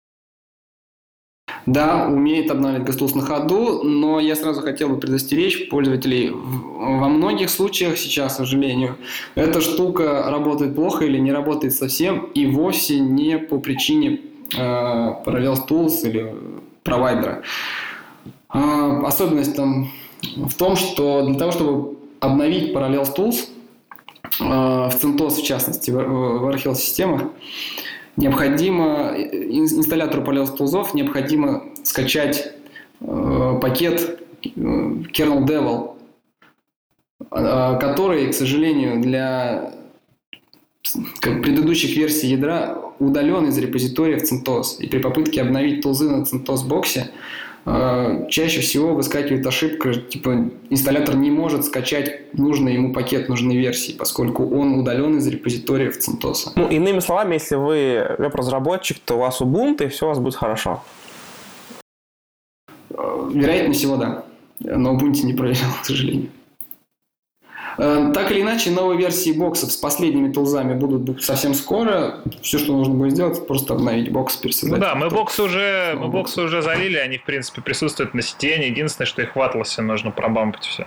Да, умеет обновлять Guest Tools на ходу, но я сразу хотел бы предостеречь пользователей. Во многих случаях сейчас, к сожалению, эта штука работает плохо или не работает совсем, и вовсе не по причине э, Parallels Tools или провайдера. Э, особенность там в том, что для того, чтобы обновить Parallels Tools э, в CentOS, в частности, в, в ар хел системах, необходимо инсталлятору Parallels Tools необходимо скачать э, пакет э, kernel devel, э, который, к сожалению, для предыдущих версий ядра удален из репозитория в CentOS. И при попытке обновить тулзы на CentOS боксе э, чаще всего выскакивает ошибка, типа инсталлятор не может скачать нужный ему пакет нужной версии, поскольку он удален из репозитория в CentOS. Ну, иными словами, если вы веб-разработчик, то у вас Ubuntu, и все у вас будет хорошо. Вероятнее всего, да. На Ubuntu не проверял, к сожалению. Так или иначе, новые версии боксов с последними тулзами будут совсем скоро. Все, что нужно будет сделать, просто обновить бокс, пересоздать. Ну да, мы боксы уже, мы боксы уже залили, они, в принципе, присутствуют на си ти эн. Единственное, что их в Atlas нужно пробампать все.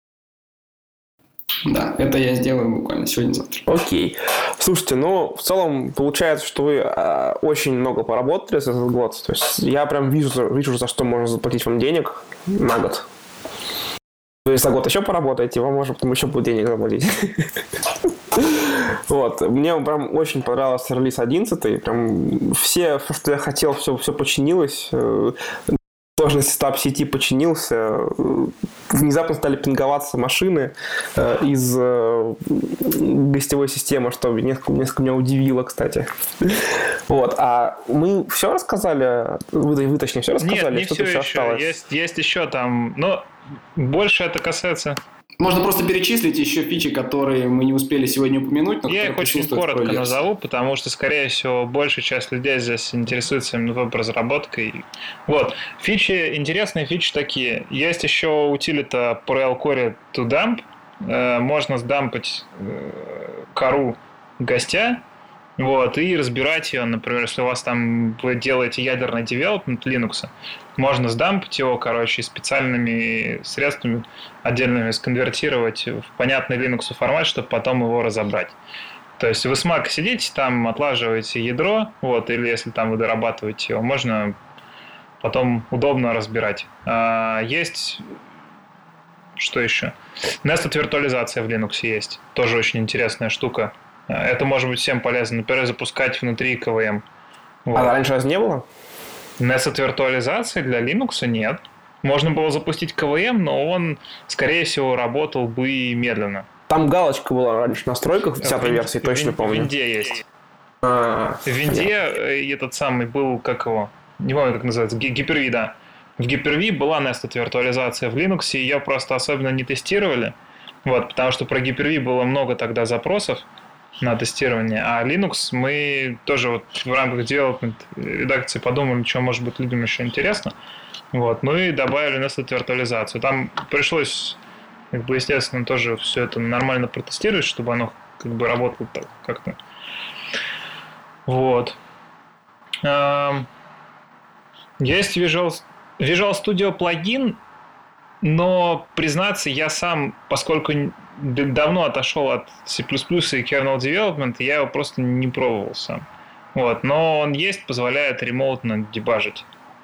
Да, это я сделаю буквально сегодня-завтра. Окей. Слушайте, ну, в целом, получается, что вы а, очень много поработали за этот год. То есть я прям вижу, вижу, за что можно заплатить вам денег на год. Вы за год еще поработаете, вам можно потом еще будет денег заплатить. Вот. Мне прям очень понравился релиз одиннадцатый. Прям все, что я хотел, все, все починилось. Сложный сетап сети починился. Внезапно стали пинговаться машины из гостевой системы, что несколько, несколько меня удивило, кстати. Вот. А мы все рассказали? Вы, вы точнее, все рассказали? Нет, не Что-то все еще. осталось? Есть, есть еще там... Но больше это касается... Можно просто перечислить еще фичи, которые мы не успели сегодня упомянуть. Но я их очень коротко назову, потому что, скорее всего, большая часть людей здесь интересуется именно веб-разработкой. Вот. Фичи, интересные фичи такие. Есть еще утилита Parallel Core to Dump. Можно сдампать кору гостя, вот, и разбирать ее. Например, если у вас там вы делаете ядерный девелопмент Linux, можно сдампать его, короче, специальными средствами отдельными сконвертировать в понятный Linux формат, чтобы потом его разобрать. То есть вы с Mac сидите, там отлаживаете ядро, вот, или если там вы дорабатываете его, можно потом удобно разбирать. А, есть... Что еще? Nested виртуализация в Linux есть. Тоже очень интересная штука. Это может быть всем полезно. Например, запускать внутри ка вэ эм. Вот. А раньше раз не было? Nested виртуализации для Linux нет. Можно было запустить ка вэ эм, но он, скорее всего, работал бы медленно. Там галочка была раньше в настройках в десятой версии, точно в, помню. В винде есть. А, в винде этот самый был, как его, не помню, как называется, Hyper-V, да. В Hyper-V была Nested виртуализация в Linux, и ее просто особенно не тестировали. Вот, потому что про Hyper-V было много тогда запросов на тестирование, а Linux мы тоже вот в рамках development редакции подумали, что может быть людям еще интересно. Вот, ну и добавили Nested виртуализацию. Там пришлось, как бы, естественно, тоже все это нормально протестировать, чтобы оно как бы работало так как-то. Вот. Есть Visual, Visual Studio плагин. Но, признаться, я сам, поскольку давно отошел от C++ и kernel development, я его просто не пробовал сам. Вот. Но он есть, позволяет ремоутно дебажить.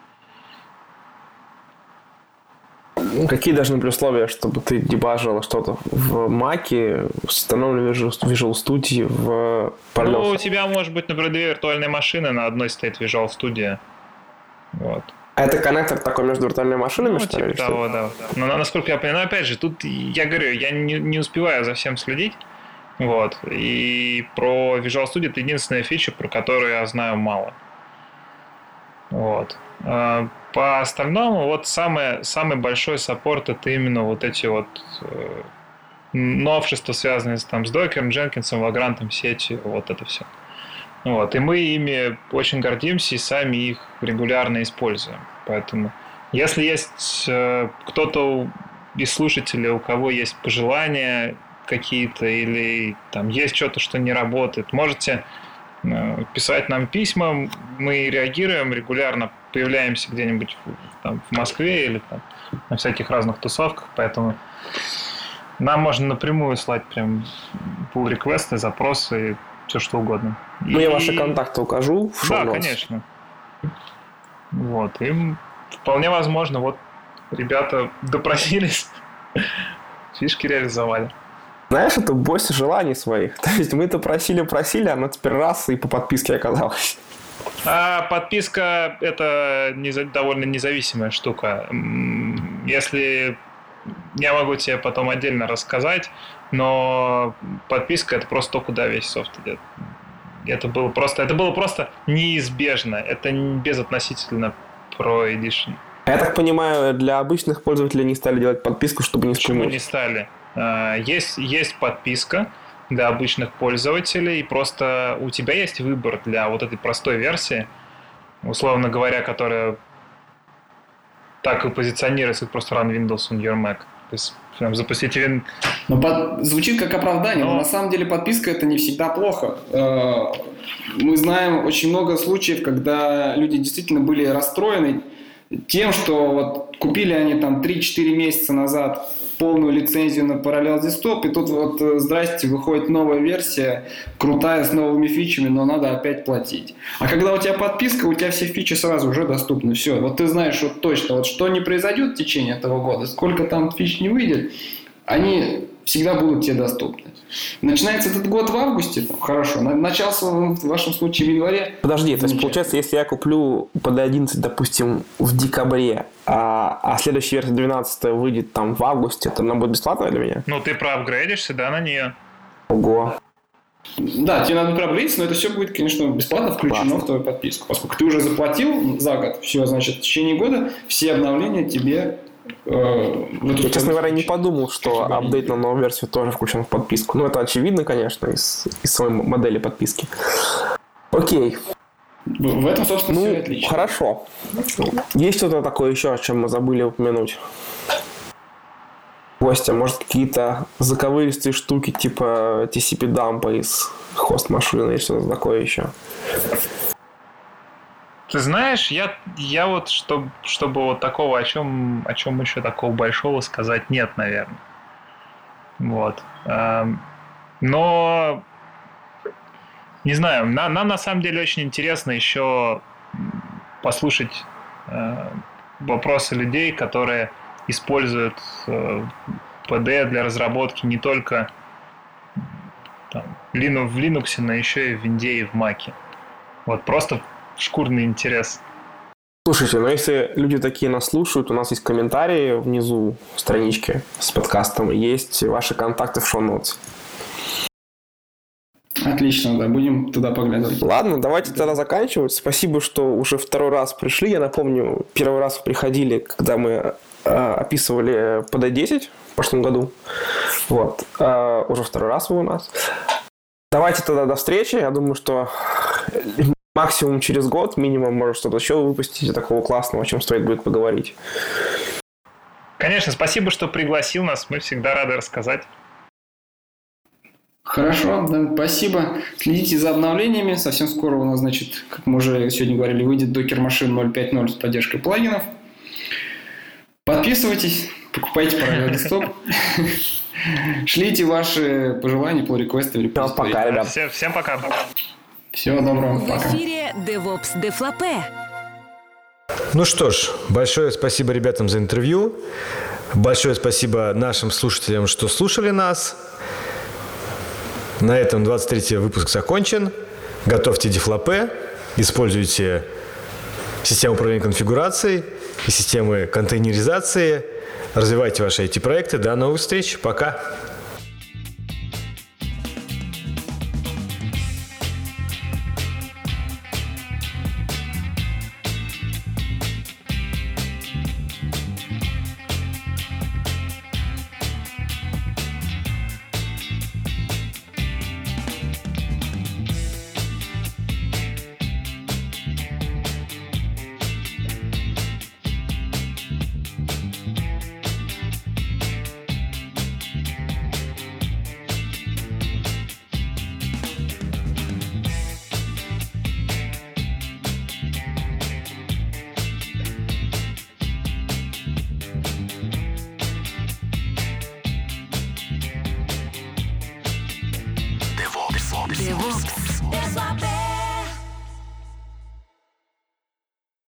Какие должны быть условия, чтобы ты дебажил что-то в Mac, установленный в Visual Studio, в Parallels? Ну, у тебя может быть, например, две виртуальные машины, на одной стоит Visual Studio. Вот. А это коннектор такой между виртуальными машинами, Ну, что ли? типа того, да. Но, насколько я понимаю, опять же, тут, я говорю, я не, не успеваю за всем следить. Вот. И про Visual Studio это единственная фича, про которую я знаю мало. Вот. По остальному, вот самое, самый большой саппорт это именно вот эти вот э, новшества, связанные там, с Докером, Дженкинсом, Vagrant, сетью, вот это все. Вот. И мы ими очень гордимся и сами их регулярно используем. Поэтому, если есть э, кто-то из слушателей, у кого есть пожелания какие-то или там есть что-то, что не работает, можете э, писать нам письма, мы реагируем регулярно, появляемся где-нибудь там, в Москве или там, на всяких разных тусовках, поэтому нам можно напрямую слать прям pull-реквесты, запросы, все что угодно. Ну, и... я ваши контакты укажу в шоу-нотс. Да, конечно. Вот. Им вполне возможно, вот ребята допросились, фишки реализовали. Знаешь, это бойся желаний своих. То есть мы-то просили-просили, оно теперь раз и по подписке оказалось. А подписка – это довольно независимая штука. Если я могу тебе потом отдельно рассказать, но подписка – это просто то, куда весь софт идет. Это было просто, это было просто неизбежно. Это безотносительно Pro Edition. Я так понимаю, для обычных пользователей не стали делать подписку, чтобы не Почему спамить? не стали? Есть, есть подписка для обычных пользователей, и просто у тебя есть выбор для вот этой простой версии, условно говоря, которая так и позиционируется, как просто Run Windows on your Mac. То есть прям запустить Win... Но под... звучит как оправдание, но... но на самом деле подписка это не всегда плохо. Мы знаем очень много случаев, когда люди действительно были расстроены тем, что вот купили они там три-четыре месяца назад полную лицензию на Parallels Desktop, и тут вот, здрасте, выходит новая версия, крутая, с новыми фичами, но надо опять платить. А когда у тебя подписка, у тебя все фичи сразу уже доступны. Все, вот ты знаешь вот точно, вот что не произойдет в течение этого года, сколько там фич не выйдет, они всегда будут тебе доступны. Начинается этот год в августе, там, хорошо, начался в вашем случае в январе. Подожди, то есть получается, если я куплю пи ди одиннадцать, допустим, в декабре, а, а следующая версия двенадцать выйдет там в августе, то она будет бесплатная для меня? Ну, ты проапгрейдишься, да, на нее. Ого. Да, тебе надо проапгрейдиться, но это все будет, конечно, бесплатно включено Классно. в твою подписку. Поскольку ты уже заплатил за год, все, значит, в течение года все обновления тебе... Я, честно говоря, не подумал, что апдейт на новую версию тоже включен в подписку. Ну, это очевидно, конечно, из, из своей модели подписки. Окей. В этом, собственно, ну, все отлично. Хорошо. Есть что-то такое еще, о чем мы забыли упомянуть? Костя, может, какие-то заковыристые штуки типа ти си пи-дампа из хост-машины или что-то такое еще? Ты знаешь, я, я вот, чтобы, чтобы вот такого, о чем, о чем еще такого большого сказать нет, наверное. Вот. Но, не знаю, нам, нам на самом деле очень интересно еще послушать вопросы людей, которые используют пи ди для разработки не только там, в Linux, но еще и в Винде и в Маке. Вот просто шкурный интерес. Слушайте, ну если люди такие нас слушают, у нас есть комментарии внизу странички с подкастом, есть ваши контакты в шоу-нотс. Отлично, да, будем туда поглядывать. Ладно, давайте тогда заканчивать. Спасибо, что уже второй раз пришли. Я напомню, первый раз вы приходили, когда мы э, описывали пи ди десять в прошлом году. Вот. Э, уже второй раз вы у нас. Давайте тогда до встречи. Я думаю, что максимум через год, минимум, может, что-то еще выпустить такого классного, о чем стоит будет поговорить. Конечно, спасибо, что пригласил нас. Мы всегда рады рассказать. Хорошо, да, спасибо. Следите за обновлениями. Совсем скоро у нас, значит, как мы уже сегодня говорили, выйдет Docker Machine ноль пять ноль с поддержкой плагинов. Подписывайтесь, покупайте Parallels Desktop. Шлите ваши пожелания, pull-реквесты в репозитории. Пока, ребят. Всем, всем пока. Всего доброго. В Пока. эфире DevOps Deflapé. Ну что ж, большое спасибо ребятам за интервью. Большое спасибо нашим слушателям, что слушали нас. На этом двадцать третий выпуск закончен. Готовьте Deflapé, используйте систему управления конфигурацией и системы контейнеризации. Развивайте ваши ай ти-проекты. До новых встреч. Пока. DevOps. DevOps